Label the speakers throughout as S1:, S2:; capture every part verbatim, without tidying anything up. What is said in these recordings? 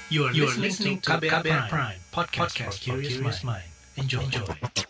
S1: You are, you are listening to K B R Prime, podcast, podcast for curious mind. Enjoy. Enjoy.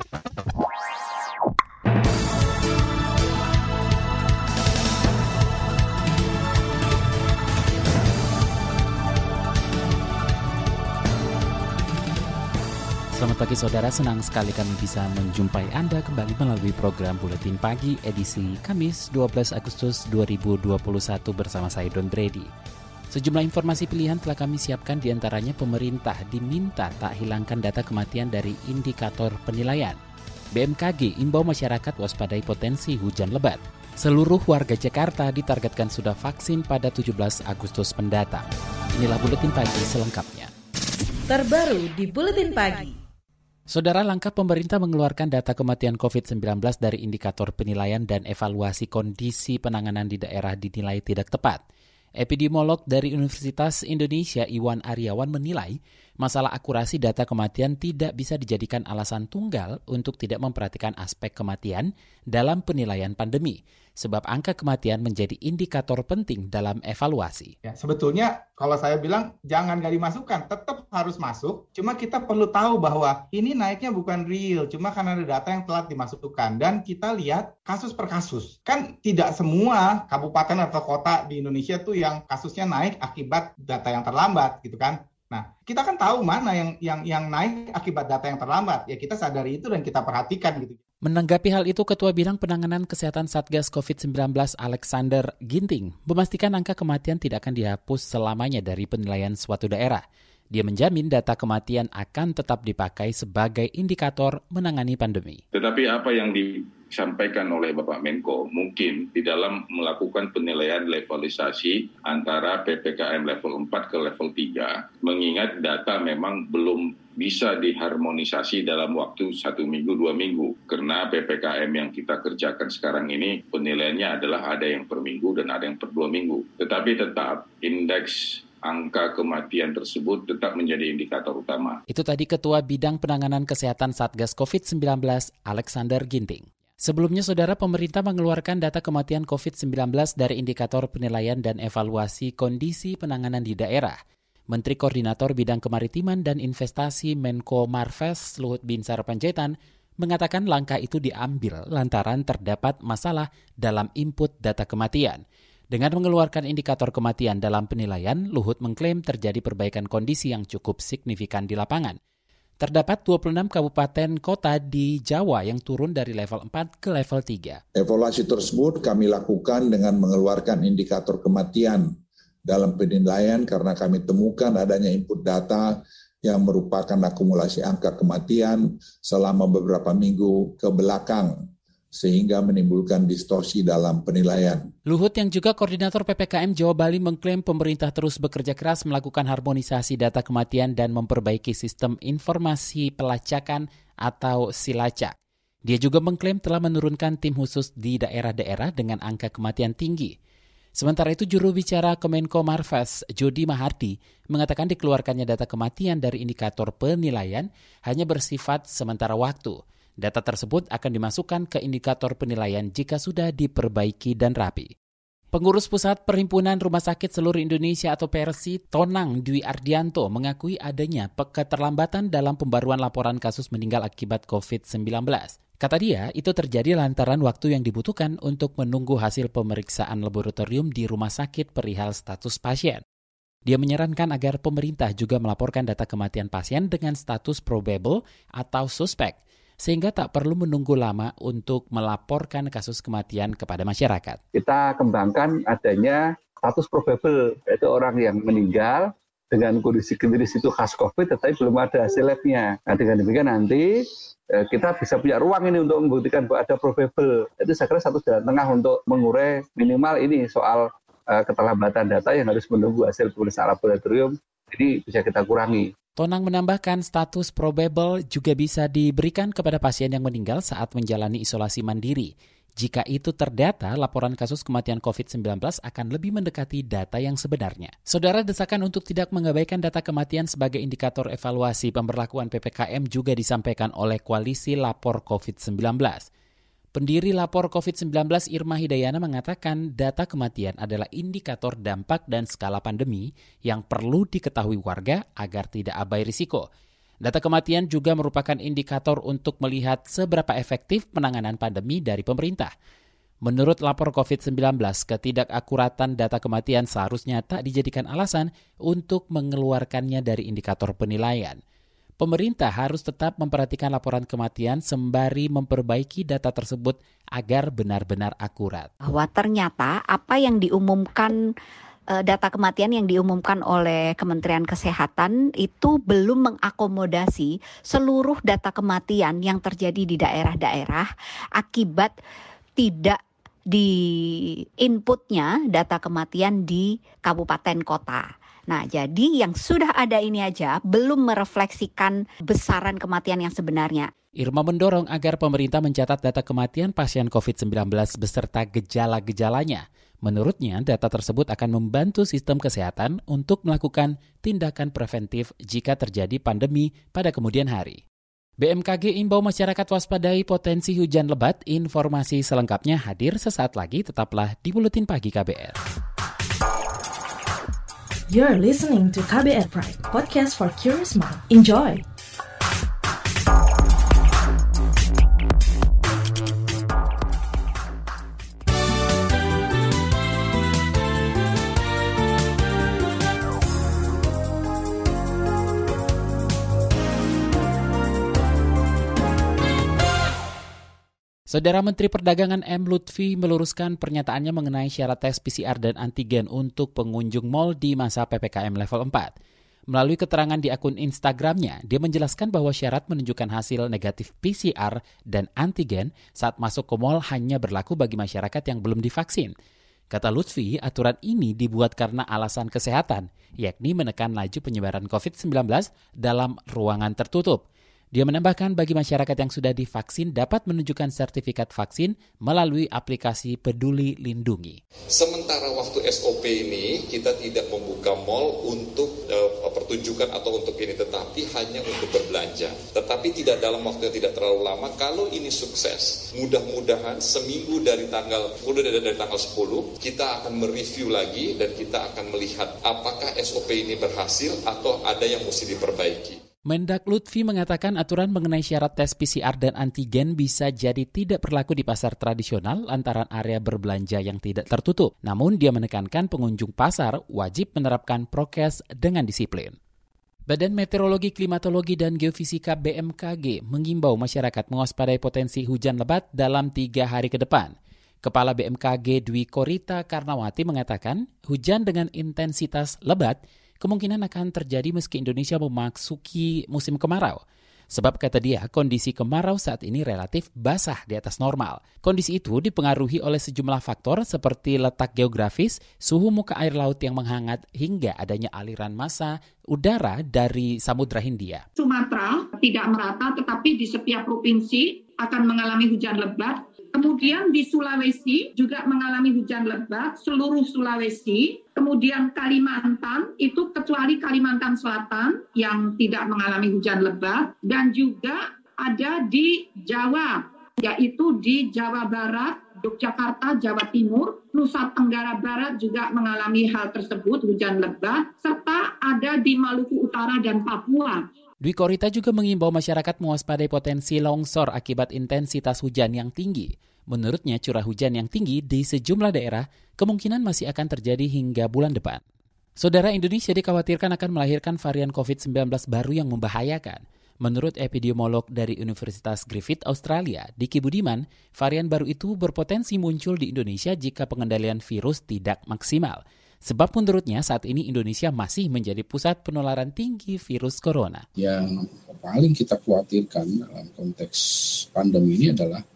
S2: Selamat pagi saudara, senang sekali kami bisa menjumpai Anda kembali melalui program Buletin Pagi edisi Kamis dua belas Agustus dua ribu dua puluh satu bersama saya Don Brady. Sejumlah informasi pilihan telah kami siapkan, diantaranya pemerintah diminta tak hilangkan data kematian dari indikator penilaian. B M K G imbau masyarakat waspadai potensi hujan lebat. Seluruh warga Jakarta ditargetkan sudah vaksin pada tujuh belas Agustus mendatang. Inilah Buletin Pagi selengkapnya.
S3: Terbaru di Buletin Pagi.
S2: Saudara, langkah pemerintah mengeluarkan data kematian covid sembilan belas dari indikator penilaian dan evaluasi kondisi penanganan di daerah dinilai tidak tepat. Epidemiolog dari Universitas Indonesia Iwan Aryawan menilai masalah akurasi data kematian tidak bisa dijadikan alasan tunggal untuk tidak memperhatikan aspek kematian dalam penilaian pandemi, sebab angka kematian menjadi indikator penting dalam evaluasi.
S4: Ya, sebetulnya kalau saya bilang jangan nggak dimasukkan, tetap harus masuk. Cuma kita perlu tahu bahwa ini naiknya bukan real, cuma karena ada data yang telah dimasukkan. Dan kita lihat kasus per kasus. Kan tidak semua kabupaten atau kota di Indonesia tuh yang kasusnya naik akibat data yang terlambat, gitu kan. Nah, kita kan tahu mana yang yang yang naik akibat data yang terlambat. Ya kita sadari itu dan kita perhatikan gitu.
S2: Menanggapi hal itu, Ketua Bidang Penanganan Kesehatan Satgas covid sembilan belas Alexander Ginting memastikan angka kematian tidak akan dihapus selamanya dari penilaian suatu daerah. Dia menjamin data kematian akan tetap dipakai sebagai indikator menangani pandemi.
S5: Tetapi apa yang disampaikan oleh Bapak Menko mungkin di dalam melakukan penilaian levelisasi antara P P K M level empat ke level tiga, mengingat data memang belum bisa diharmonisasi dalam waktu satu minggu, dua minggu. Karena P P K M yang kita kerjakan sekarang ini penilaiannya adalah ada yang per minggu dan ada yang per dua minggu. Tetapi tetap indeks angka kematian tersebut tetap menjadi indikator utama.
S2: Itu tadi Ketua Bidang Penanganan Kesehatan Satgas covid sembilan belas Alexander Ginting. Sebelumnya, saudara, pemerintah mengeluarkan data kematian covid sembilan belas dari indikator penilaian dan evaluasi kondisi penanganan di daerah. Menteri Koordinator Bidang Kemaritiman dan Investasi Menko Marves Luhut Binsar Panjaitan mengatakan langkah itu diambil lantaran terdapat masalah dalam input data kematian. Dengan mengeluarkan indikator kematian dalam penilaian, Luhut mengklaim terjadi perbaikan kondisi yang cukup signifikan di lapangan. Terdapat dua puluh enam kabupaten kota di Jawa yang turun dari level empat ke level tiga.
S6: Evaluasi tersebut kami lakukan dengan mengeluarkan indikator kematian dalam penilaian karena kami temukan adanya input data yang merupakan akumulasi angka kematian selama beberapa minggu ke belakang, sehingga menimbulkan distorsi dalam penilaian.
S2: Luhut yang juga koordinator P P K M Jawa Bali mengklaim pemerintah terus bekerja keras melakukan harmonisasi data kematian dan memperbaiki sistem informasi pelacakan atau Silacak. Dia juga mengklaim telah menurunkan tim khusus di daerah-daerah dengan angka kematian tinggi. Sementara itu, juru bicara Kemenko Marves, Jody Mahardi, mengatakan dikeluarkannya data kematian dari indikator penilaian hanya bersifat sementara waktu. Data tersebut akan dimasukkan ke indikator penilaian jika sudah diperbaiki dan rapi. Pengurus Pusat Perhimpunan Rumah Sakit Seluruh Indonesia atau Persi, Tonang Dwi Ardianto, mengakui adanya keterlambatan dalam pembaruan laporan kasus meninggal akibat covid sembilan belas. Kata dia, itu terjadi lantaran waktu yang dibutuhkan untuk menunggu hasil pemeriksaan laboratorium di rumah sakit perihal status pasien. Dia menyarankan agar pemerintah juga melaporkan data kematian pasien dengan status probable atau suspek, sehingga tak perlu menunggu lama untuk melaporkan kasus kematian kepada masyarakat.
S7: Kita kembangkan adanya status probable, yaitu orang yang meninggal dengan kondisi klinis itu khas COVID, tetapi belum ada hasil labnya. Nah, dengan demikian nanti eh, kita bisa punya ruang ini untuk membuktikan bahwa ada probable. Itu saya kira satu jalan tengah untuk mengurai minimal ini soal eh, keterlambatan data yang harus menunggu hasil pemeriksaan laboratorium. Jadi bisa kita kurangi.
S2: Tonang menambahkan status probable juga bisa diberikan kepada pasien yang meninggal saat menjalani isolasi mandiri. Jika itu terdata, laporan kasus kematian covid sembilan belas akan lebih mendekati data yang sebenarnya. Saudara, desakan untuk tidak mengabaikan data kematian sebagai indikator evaluasi pemberlakuan P P K M juga disampaikan oleh Koalisi Lapor covid sembilan belas. Pendiri Lapor covid sembilan belas Irma Hidayana mengatakan data kematian adalah indikator dampak dan skala pandemi yang perlu diketahui warga agar tidak abai risiko. Data kematian juga merupakan indikator untuk melihat seberapa efektif penanganan pandemi dari pemerintah. Menurut Lapor covid sembilan belas, ketidakakuratan data kematian seharusnya tak dijadikan alasan untuk mengeluarkannya dari indikator penilaian. Pemerintah harus tetap memperhatikan laporan kematian sembari memperbaiki data tersebut agar benar-benar akurat.
S8: Bahwa ternyata apa yang diumumkan, data kematian yang diumumkan oleh Kementerian Kesehatan itu belum mengakomodasi seluruh data kematian yang terjadi di daerah-daerah akibat tidak di inputnya data kematian di kabupaten kota. Nah, jadi yang sudah ada ini aja belum merefleksikan besaran kematian yang sebenarnya.
S2: Irma mendorong agar pemerintah mencatat data kematian pasien covid sembilan belas beserta gejala-gejalanya. Menurutnya, data tersebut akan membantu sistem kesehatan untuk melakukan tindakan preventif jika terjadi pandemi pada kemudian hari. B M K G imbau masyarakat waspadai potensi hujan lebat. Informasi selengkapnya hadir sesaat lagi, tetaplah di Buletin Pagi K B R.
S3: You're listening to K B R Prime, podcast for curious mind. Enjoy!
S2: Saudara Menteri Perdagangan M. Lutfi meluruskan pernyataannya mengenai syarat tes P C R dan antigen untuk pengunjung mal di masa P P K M level empat. Melalui keterangan di akun Instagramnya, dia menjelaskan bahwa syarat menunjukkan hasil negatif P C R dan antigen saat masuk ke mal hanya berlaku bagi masyarakat yang belum divaksin. Kata Lutfi, aturan ini dibuat karena alasan kesehatan, yakni menekan laju penyebaran covid sembilan belas dalam ruangan tertutup. Dia menambahkan bagi masyarakat yang sudah divaksin dapat menunjukkan sertifikat vaksin melalui aplikasi Peduli Lindungi.
S9: Sementara waktu S O P ini kita tidak membuka mal untuk uh, pertunjukan atau untuk ini, tetapi hanya untuk berbelanja. Tetapi tidak dalam waktu yang tidak terlalu lama. Kalau ini sukses, mudah-mudahan seminggu dari tanggal sepuluh dari tanggal sepuluh kita akan mereview lagi dan kita akan melihat apakah S O P ini berhasil atau ada yang mesti diperbaiki.
S2: Mendak Lutfi mengatakan aturan mengenai syarat tes P C R dan antigen bisa jadi tidak berlaku di pasar tradisional lantaran area berbelanja yang tidak tertutup. Namun dia menekankan pengunjung pasar wajib menerapkan prokes dengan disiplin. Badan Meteorologi, Klimatologi, dan Geofisika B M K G mengimbau masyarakat mewaspadai potensi hujan lebat dalam tiga hari ke depan. Kepala B M K G Dwi Korita Karnawati mengatakan hujan dengan intensitas lebat kemungkinan akan terjadi meski Indonesia memasuki musim kemarau. Sebab kata dia, kondisi kemarau saat ini relatif basah di atas normal. Kondisi itu dipengaruhi oleh sejumlah faktor seperti letak geografis, suhu muka air laut yang menghangat, hingga adanya aliran massa udara dari Samudra Hindia.
S10: Sumatera tidak merata, tetapi di setiap provinsi akan mengalami hujan lebat. Kemudian di Sulawesi juga mengalami hujan lebat, seluruh Sulawesi. Kemudian Kalimantan, itu kecuali Kalimantan Selatan yang tidak mengalami hujan lebat. Dan juga ada di Jawa, yaitu di Jawa Barat, Yogyakarta, Jawa Timur, Nusa Tenggara Barat juga mengalami hal tersebut, hujan lebat. Serta ada di Maluku Utara dan Papua.
S2: Dwi Korita juga mengimbau masyarakat mewaspadai potensi longsor akibat intensitas hujan yang tinggi. Menurutnya, curah hujan yang tinggi di sejumlah daerah kemungkinan masih akan terjadi hingga bulan depan. Saudara, Indonesia dikhawatirkan akan melahirkan varian covid sembilan belas baru yang membahayakan. Menurut epidemiolog dari Universitas Griffith Australia, Diki Budiman, varian baru itu berpotensi muncul di Indonesia jika pengendalian virus tidak maksimal. Sebab menurutnya saat ini Indonesia masih menjadi pusat penularan tinggi virus corona.
S11: Yang paling kita khawatirkan dalam konteks pandemi ini adalah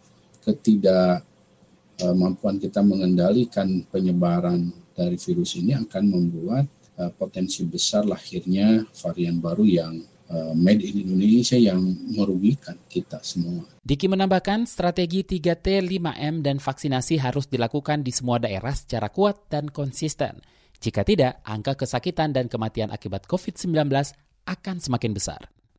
S11: ketidakmampuan kita mengendalikan penyebaran dari virus ini akan membuat uh, potensi besar lahirnya varian baru yang uh, made in Indonesia yang merugikan kita semua.
S2: Diki menambahkan strategi tiga T lima M dan vaksinasi harus dilakukan di semua daerah secara kuat dan konsisten. Jika tidak, angka kesakitan dan kematian akibat covid sembilan belas akan semakin besar.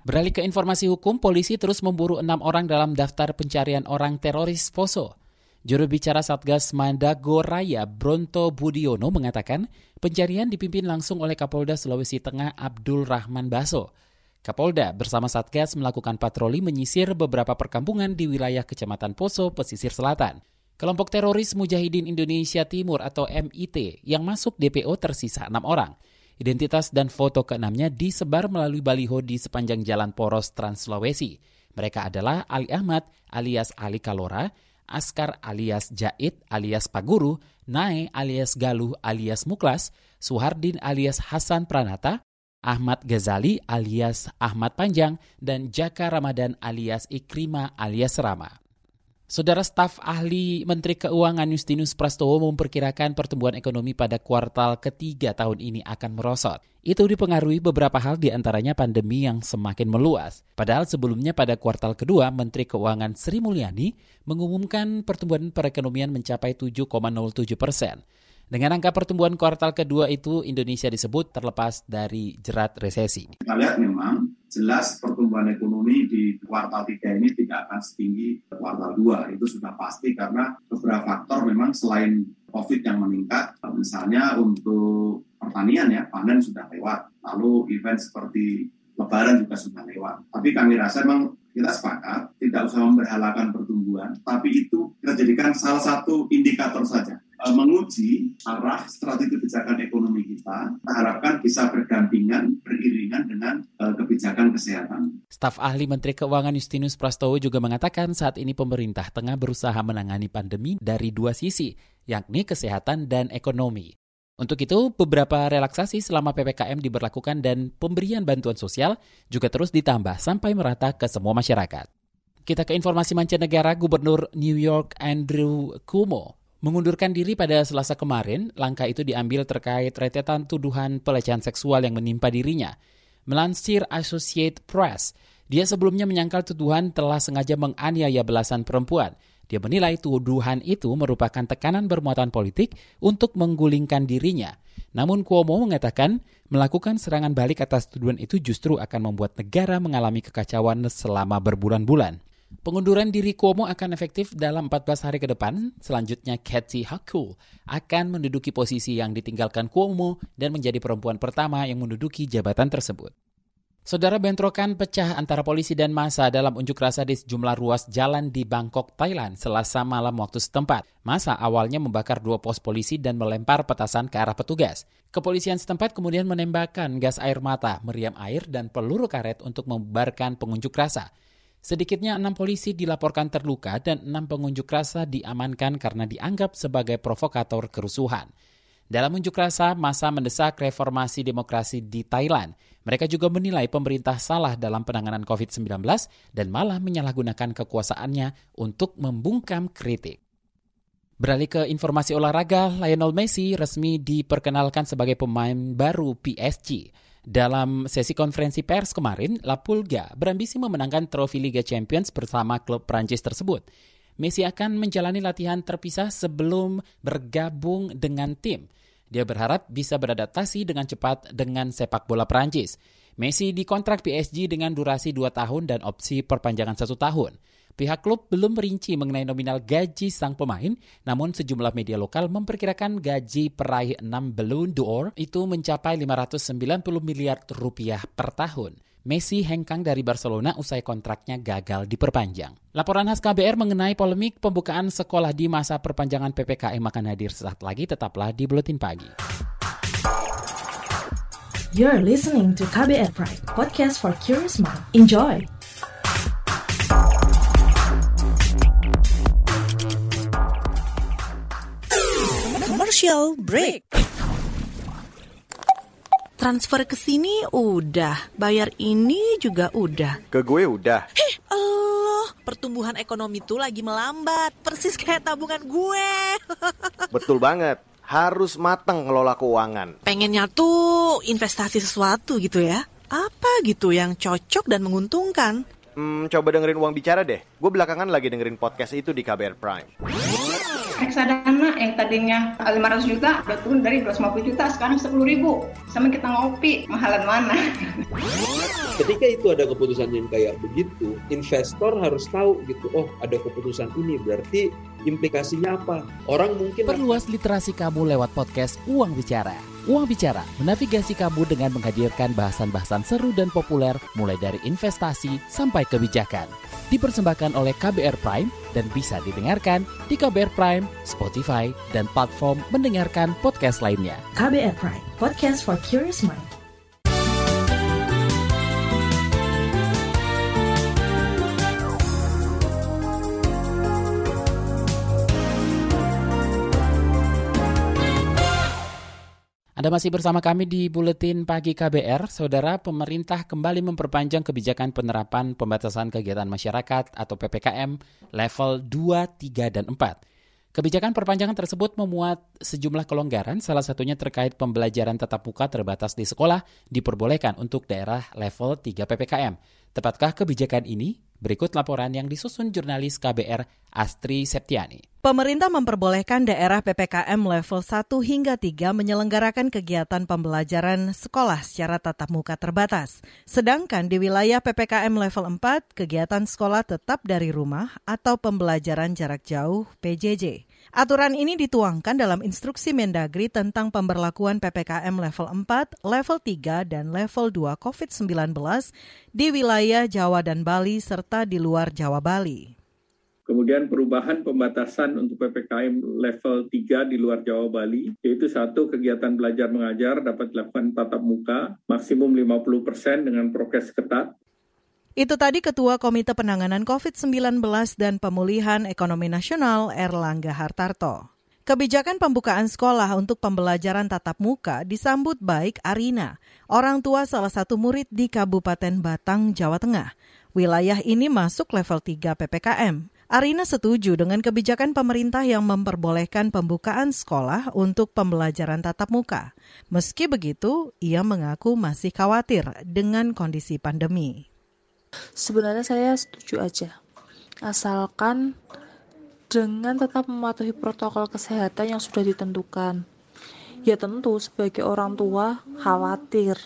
S2: Beralih ke informasi hukum, polisi terus memburu enam orang dalam daftar pencarian orang teroris Poso. Juru bicara Satgas Mandago Raya Bronto Budiono mengatakan pencarian dipimpin langsung oleh Kapolda Sulawesi Tengah Abdul Rahman Baso. Kapolda bersama Satgas melakukan patroli menyisir beberapa perkampungan di wilayah Kecamatan Poso, pesisir selatan. Kelompok teroris Mujahidin Indonesia Timur atau M I T yang masuk D P O tersisa enam orang. Identitas dan foto keenamnya disebar melalui baliho di sepanjang jalan poros Trans Sulawesi. Mereka adalah Ali Ahmad alias Ali Kalora, Askar alias Jait alias Paguru, Nae alias Galuh alias Muklas, Suhardin alias Hasan Pranata, Ahmad Ghazali alias Ahmad Panjang, dan Jaka Ramadan alias Ikrima alias Rama. Saudara staf ahli Menteri Keuangan Justinus Prastowo memperkirakan pertumbuhan ekonomi pada kuartal ketiga tahun ini akan merosot. Itu dipengaruhi beberapa hal, diantaranya pandemi yang semakin meluas. Padahal sebelumnya pada kuartal kedua, Menteri Keuangan Sri Mulyani mengumumkan pertumbuhan perekonomian mencapai tujuh koma nol tujuh persen. Dengan angka pertumbuhan kuartal kedua itu, Indonesia disebut terlepas dari jerat resesi.
S12: Kita lihat memang jelas pertumbuhan ekonomi di kuartal tiga ini tidak akan setinggi kuartal dua. Itu sudah pasti karena beberapa faktor memang selain COVID yang meningkat. Misalnya untuk pertanian ya, panen sudah lewat. Lalu event seperti Lebaran juga sudah lewat. Tapi kami rasa memang kita sepakat tidak usah memberhalakan pertumbuhan, tapi itu kita jadikan salah satu indikator saja. Menguji arah strategi kebijakan ekonomi kita, kita harapkan bisa berdampingan, beriringan dengan uh, kebijakan kesehatan.
S2: Staf ahli Menteri Keuangan Justinus Prastowo juga mengatakan saat ini pemerintah tengah berusaha menangani pandemi dari dua sisi, yakni kesehatan dan ekonomi. Untuk itu, beberapa relaksasi selama P P K M diberlakukan dan pemberian bantuan sosial juga terus ditambah sampai merata ke semua masyarakat. Kita ke informasi mancanegara. Gubernur New York Andrew Cuomo mengundurkan diri pada Selasa kemarin. Langkah itu diambil terkait rentetan tuduhan pelecehan seksual yang menimpa dirinya. Melansir Associated Press, dia sebelumnya menyangkal tuduhan telah sengaja menganiaya belasan perempuan. Dia menilai tuduhan itu merupakan tekanan bermuatan politik untuk menggulingkan dirinya. Namun Cuomo mengatakan melakukan serangan balik atas tuduhan itu justru akan membuat negara mengalami kekacauan selama berbulan-bulan. Pengunduran diri Cuomo akan efektif dalam empat belas hari ke depan. Selanjutnya Kathy Hochul akan menduduki posisi yang ditinggalkan Cuomo dan menjadi perempuan pertama yang menduduki jabatan tersebut. Saudara, bentrokan pecah antara polisi dan massa dalam unjuk rasa di sejumlah ruas jalan di Bangkok, Thailand, Selasa malam waktu setempat. Massa awalnya membakar dua pos polisi dan melempar petasan ke arah petugas. Kepolisian setempat kemudian menembakkan gas air mata, meriam air, dan peluru karet untuk membubarkan pengunjuk rasa. Sedikitnya enam polisi dilaporkan terluka dan enam pengunjuk rasa diamankan karena dianggap sebagai provokator kerusuhan. Dalam unjuk rasa, massa mendesak reformasi demokrasi di Thailand. Mereka juga menilai pemerintah salah dalam penanganan covid sembilan belas dan malah menyalahgunakan kekuasaannya untuk membungkam kritik. Beralih ke informasi olahraga, Lionel Messi resmi diperkenalkan sebagai pemain baru P S G. Dalam sesi konferensi pers kemarin, La Pulga berambisi memenangkan trofi Liga Champions bersama klub Prancis tersebut. Messi akan menjalani latihan terpisah sebelum bergabung dengan tim. Dia berharap bisa beradaptasi dengan cepat dengan sepak bola Prancis. Messi dikontrak P S G dengan durasi dua tahun dan opsi perpanjangan satu tahun. Pihak klub belum merinci mengenai nominal gaji sang pemain, namun sejumlah media lokal memperkirakan gaji peraih enam Ballon d'Or itu mencapai lima ratus sembilan puluh miliar rupiah per tahun. Messi hengkang dari Barcelona usai kontraknya gagal diperpanjang. Laporan khas K B R mengenai polemik pembukaan sekolah di masa perpanjangan P P K M akan hadir sesaat lagi, tetaplah di Buletin Pagi.
S3: You're listening to K B R Prime, podcast for curious mind. Enjoy!
S13: Commercial break. Transfer ke sini udah, bayar ini juga udah.
S14: Ke gue udah.
S13: Heh, Allah, pertumbuhan ekonomi tuh lagi melambat, persis kayak tabungan gue.
S14: Betul banget, harus matang ngelola keuangan.
S13: Pengennya tuh investasi sesuatu gitu ya. Apa gitu yang cocok dan menguntungkan?
S14: Hmm, coba dengerin Uang Bicara deh. Gue belakangan lagi dengerin podcast itu di K B R Prime.
S10: Reksadana yang tadinya lima ratus juta udah turun dari dua ratus lima puluh juta, sekarang sepuluh ribu. Sama kita ngopi, mahalan mana?
S15: Ketika itu ada keputusan yang kayak begitu, investor harus tahu gitu, oh ada keputusan ini, berarti implikasinya apa? Orang mungkin...
S2: Perluas literasi kamu lewat podcast Uang Bicara. Uang Bicara menavigasi kamu dengan menghadirkan bahasan-bahasan seru dan populer mulai dari investasi sampai kebijakan. Dipersembahkan oleh K B R Prime dan bisa didengarkan di K B R Prime, Spotify, dan platform mendengarkan podcast lainnya.
S3: K B R Prime, podcast for curious mind.
S2: Anda masih bersama kami di Buletin Pagi K B R. Saudara, pemerintah kembali memperpanjang kebijakan penerapan pembatasan kegiatan masyarakat atau P P K M level dua, tiga, dan empat. Kebijakan perpanjangan tersebut memuat sejumlah kelonggaran, salah satunya terkait pembelajaran tatap muka terbatas di sekolah diperbolehkan untuk daerah level tiga P P K M. Tepatkah kebijakan ini? Berikut laporan yang disusun jurnalis K B R Astri Septiani.
S16: Pemerintah memperbolehkan daerah P P K M level satu hingga tiga menyelenggarakan kegiatan pembelajaran sekolah secara tatap muka terbatas. Sedangkan di wilayah P P K M level empat, kegiatan sekolah tetap dari rumah atau pembelajaran jarak jauh P J J. Aturan ini dituangkan dalam instruksi Mendagri tentang pemberlakuan P P K M level empat, level tiga, dan level dua covid sembilan belas di wilayah Jawa dan Bali serta di luar Jawa Bali.
S17: Kemudian perubahan pembatasan untuk P P K M level tiga di luar Jawa Bali, yaitu satu, kegiatan belajar mengajar dapat dilakukan tatap muka, maksimum lima puluh persen dengan prokes ketat.
S16: Itu tadi Ketua Komite Penanganan covid sembilan belas dan Pemulihan Ekonomi Nasional Erlangga Hartarto. Kebijakan pembukaan sekolah untuk pembelajaran tatap muka disambut baik Arina, orang tua salah satu murid di Kabupaten Batang, Jawa Tengah. Wilayah ini masuk level tiga P P K M. Arina setuju dengan kebijakan pemerintah yang memperbolehkan pembukaan sekolah untuk pembelajaran tatap muka. Meski begitu, ia mengaku masih khawatir dengan kondisi pandemi.
S18: Sebenarnya saya setuju aja, asalkan dengan tetap mematuhi protokol kesehatan yang sudah ditentukan. Ya tentu sebagai orang tua khawatir,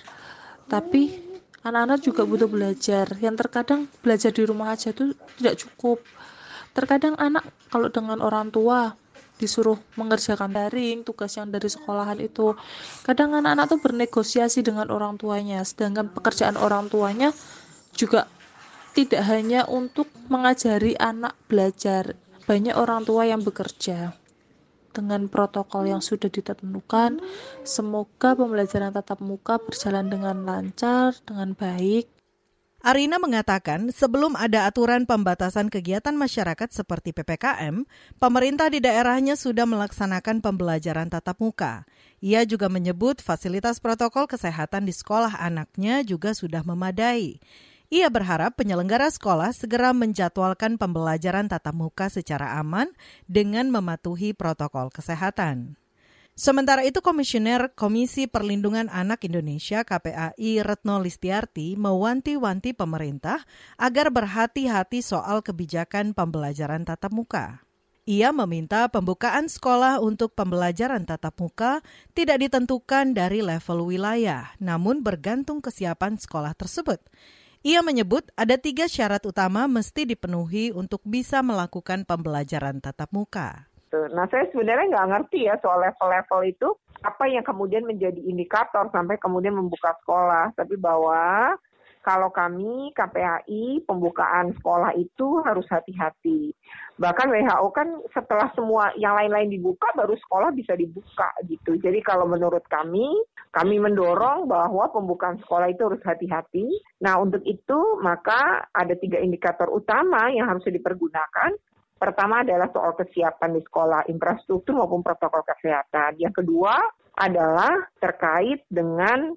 S18: tapi anak-anak juga butuh belajar. Yang terkadang belajar di rumah aja itu tidak cukup. Terkadang anak kalau dengan orang tua disuruh mengerjakan daring, tugas yang dari sekolahan itu, kadang anak-anak tuh bernegosiasi dengan orang tuanya, sedangkan pekerjaan orang tuanya juga tidak hanya untuk mengajari anak belajar. Banyak orang tua yang bekerja. Dengan protokol yang sudah ditentukan, semoga pembelajaran tatap muka berjalan dengan lancar, dengan baik.
S16: Arina mengatakan sebelum ada aturan pembatasan kegiatan masyarakat seperti P P K M, pemerintah di daerahnya sudah melaksanakan pembelajaran tatap muka. Ia juga menyebut fasilitas protokol kesehatan di sekolah anaknya juga sudah memadai. Ia berharap penyelenggara sekolah segera menjadwalkan pembelajaran tatap muka secara aman dengan mematuhi protokol kesehatan. Sementara itu, Komisioner Komisi Perlindungan Anak Indonesia K P A I Retno Listiarti mewanti-wanti pemerintah agar berhati-hati soal kebijakan pembelajaran tatap muka. Ia meminta pembukaan sekolah untuk pembelajaran tatap muka tidak ditentukan dari level wilayah, namun bergantung kesiapan sekolah tersebut. Ia menyebut ada tiga syarat utama mesti dipenuhi untuk bisa melakukan pembelajaran tatap muka.
S19: Nah, saya sebenarnya nggak ngerti ya soal level-level itu, apa yang kemudian menjadi indikator sampai kemudian membuka sekolah. Tapi bahwa kalau kami K P A I, pembukaan sekolah itu harus hati-hati. Bahkan W H O kan setelah semua yang lain-lain dibuka, baru sekolah bisa dibuka gitu. Jadi kalau menurut kami, kami mendorong bahwa pembukaan sekolah itu harus hati-hati. Nah, untuk itu maka ada tiga indikator utama yang harus dipergunakan. Pertama adalah soal kesiapan di sekolah, infrastruktur maupun protokol kesehatan. Yang kedua adalah terkait dengan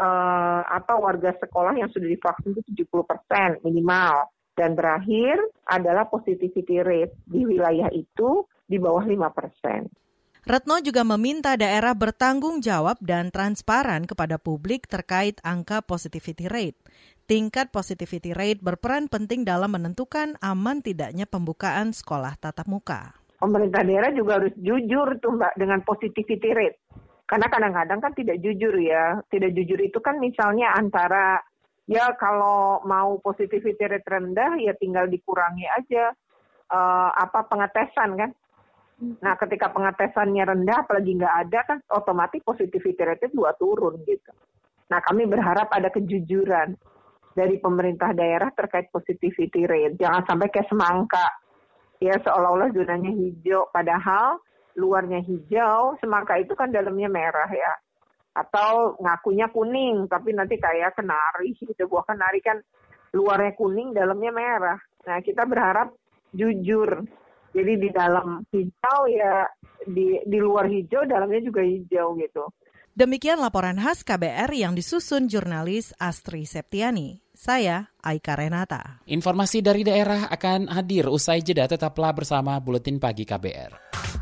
S19: uh, apa warga sekolah yang sudah divaksin itu tujuh puluh persen minimal. Dan terakhir adalah positivity rate di wilayah itu di bawah lima persen.
S16: Retno juga meminta daerah bertanggung jawab dan transparan kepada publik terkait angka positivity rate. Tingkat positivity rate berperan penting dalam menentukan aman tidaknya pembukaan sekolah tatap muka.
S19: pemerintah daerah juga harus jujur tuh Mbak dengan positivity rate. Karena kadang-kadang kan tidak jujur ya. Tidak jujur itu kan misalnya antara, ya kalau mau positivity rate rendah ya tinggal dikurangi aja uh, apa pengetesan kan. Nah ketika pengetesannya rendah apalagi nggak ada kan otomatis positivity rate juga turun gitu. Nah kami berharap ada kejujuran dari pemerintah daerah terkait positivity rate. Jangan sampai kayak semangka. Ya seolah-olah zonanya hijau padahal luarnya hijau, semangka itu kan dalamnya merah ya. Atau ngakunya kuning, tapi nanti kayak kenari, gitu. Buah kenari kan luarnya kuning, dalamnya merah. Nah, kita berharap jujur. Jadi di dalam hijau ya, di, di luar hijau, dalamnya juga hijau gitu.
S16: Demikian laporan khas K B R yang disusun jurnalis Astri Septiani. Saya Aika Renata.
S2: Informasi dari daerah akan hadir usai jeda, tetaplah bersama Buletin Pagi K B R.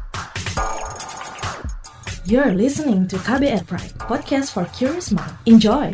S3: You're listening to K B R Pride, podcast for curious mind. Enjoy!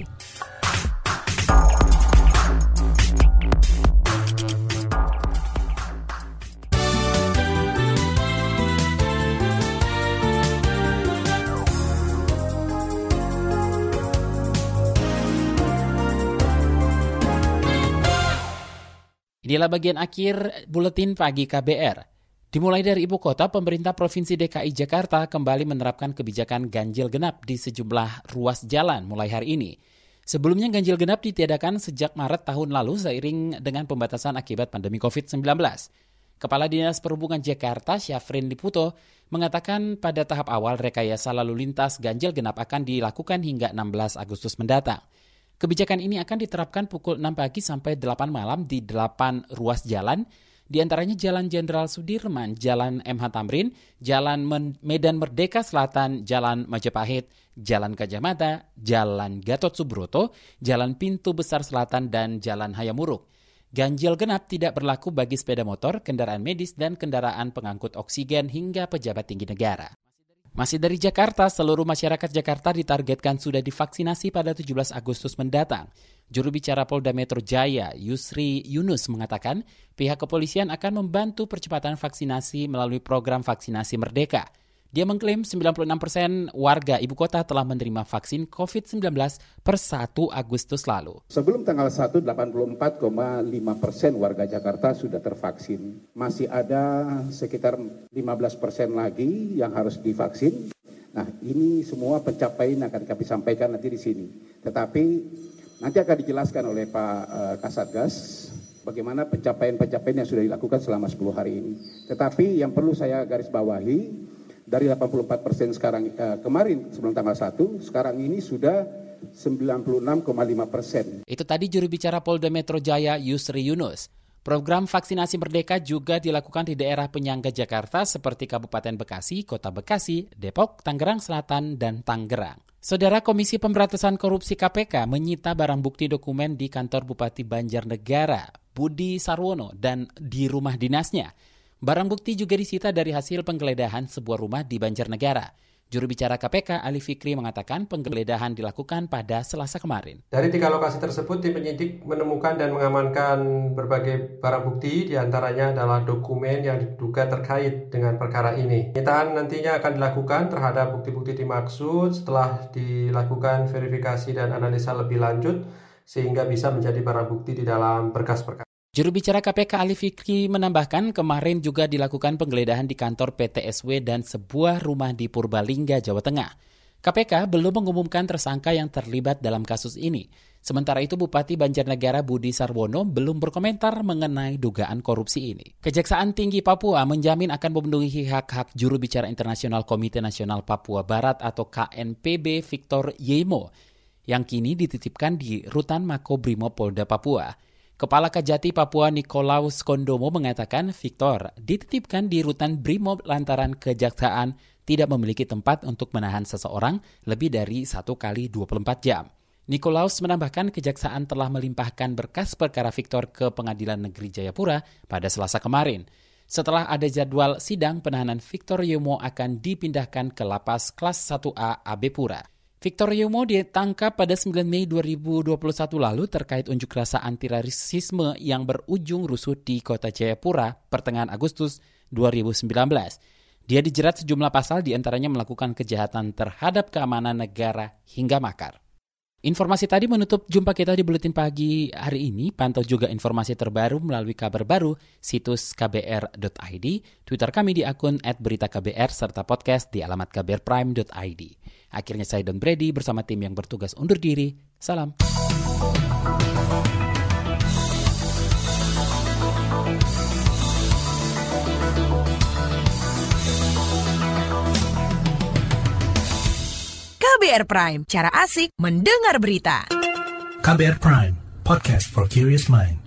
S2: Inilah bagian akhir Buletin Pagi K B R. Dimulai dari ibu kota, pemerintah Provinsi D K I Jakarta kembali menerapkan kebijakan ganjil genap di sejumlah ruas jalan mulai hari ini. Sebelumnya ganjil genap ditiadakan sejak Maret tahun lalu seiring dengan pembatasan akibat pandemi covid sembilan belas. Kepala Dinas Perhubungan Jakarta, Syafrin Liputo, mengatakan pada tahap awal rekayasa lalu lintas ganjil genap akan dilakukan hingga enam belas Agustus mendatang. Kebijakan ini akan diterapkan pukul enam pagi sampai delapan malam di delapan ruas jalan, di antaranya Jalan Jenderal Sudirman, Jalan M H Tamrin, Jalan Medan Merdeka Selatan, Jalan Majapahit, Jalan Gajah Mada, Jalan Gatot Subroto, Jalan Pintu Besar Selatan, dan Jalan Hayamuruk. Ganjil genap tidak berlaku bagi sepeda motor, kendaraan medis, dan kendaraan pengangkut oksigen hingga pejabat tinggi negara. Masih dari Jakarta, seluruh masyarakat Jakarta ditargetkan sudah divaksinasi pada tujuh belas Agustus mendatang. Juru bicara Polda Metro Jaya, Yusri Yunus, mengatakan pihak kepolisian akan membantu percepatan vaksinasi melalui program vaksinasi Merdeka. Dia mengklaim sembilan puluh enam persen warga ibu kota telah menerima vaksin covid sembilan belas per satu Agustus lalu.
S20: Sebelum tanggal satu, delapan puluh empat koma lima persen warga Jakarta sudah tervaksin. Masih ada sekitar lima belas persen lagi yang harus divaksin. Nah, ini semua pencapaian akan kami sampaikan nanti di sini. Tetapi nanti akan dijelaskan oleh Pak uh, Kasatgas bagaimana pencapaian-pencapaian yang sudah dilakukan selama sepuluh hari ini. Tetapi yang perlu saya garis bawahi, dari delapan puluh empat persen sekarang uh, kemarin sebelum tanggal satu, sekarang ini sudah sembilan puluh enam koma lima persen.
S2: Itu tadi juru bicara Polda Metro Jaya, Yusri Yunus. Program vaksinasi Merdeka juga dilakukan di daerah penyangga Jakarta seperti Kabupaten Bekasi, Kota Bekasi, Depok, Tangerang Selatan, dan Tangerang. Saudara, Komisi Pemberantasan Korupsi K P K menyita barang bukti dokumen di kantor Bupati Banjarnegara, Budi Sarwono, dan di rumah dinasnya. Barang bukti juga disita dari hasil penggeledahan sebuah rumah di Banjarnegara. Juru bicara K P K, Ali Fikri, mengatakan penggeledahan dilakukan pada Selasa kemarin.
S21: Dari tiga lokasi tersebut, tim penyidik menemukan dan mengamankan berbagai barang bukti, diantaranya adalah dokumen yang diduga terkait dengan perkara ini. Penyitaan nantinya akan dilakukan terhadap bukti-bukti dimaksud setelah dilakukan verifikasi dan analisa lebih lanjut, sehingga bisa menjadi barang bukti di dalam berkas perkara.
S2: Juru bicara K P K Ali Fikri menambahkan kemarin juga dilakukan penggeledahan di kantor P T S W dan sebuah rumah di Purbalingga, Jawa Tengah. K P K belum mengumumkan tersangka yang terlibat dalam kasus ini. Sementara itu Bupati Banjarnegara Budi Sarwono belum berkomentar mengenai dugaan korupsi ini. Kejaksaan Tinggi Papua menjamin akan memenuhi hak-hak juru bicara internasional Komite Nasional Papua Barat atau K N P B Victor Yemo yang kini dititipkan di Rutan Makobrimob Polda Papua. Kepala Kajati Papua Nikolaus Kondomo mengatakan Victor dititipkan di Rutan Brimob lantaran kejaksaan tidak memiliki tempat untuk menahan seseorang lebih dari satu kali dua puluh empat jam. Nikolaus menambahkan kejaksaan telah melimpahkan berkas perkara Victor ke Pengadilan Negeri Jayapura pada Selasa kemarin. Setelah ada jadwal sidang, penahanan Victor Yemo akan dipindahkan ke lapas kelas satu A Abepura. Victor Yomo ditangkap pada sembilan Mei dua ribu dua puluh satu lalu terkait unjuk rasa anti-rasisme yang berujung rusuh di Kota Jayapura pertengahan Agustus dua ribu sembilan belas. Dia dijerat sejumlah pasal, diantaranya melakukan kejahatan terhadap keamanan negara hingga makar. Informasi tadi menutup jumpa kita di Buletin Pagi hari ini. Pantau juga informasi terbaru melalui kabar baru situs k b r dot i d, Twitter kami di akun at berita K B R, serta podcast di alamat k b r prime dot i d. Akhirnya saya Don Brady bersama tim yang bertugas undur diri. Salam.
S1: K B R Prime, cara asik mendengar berita.
S22: K B R Prime, podcast for curious mind.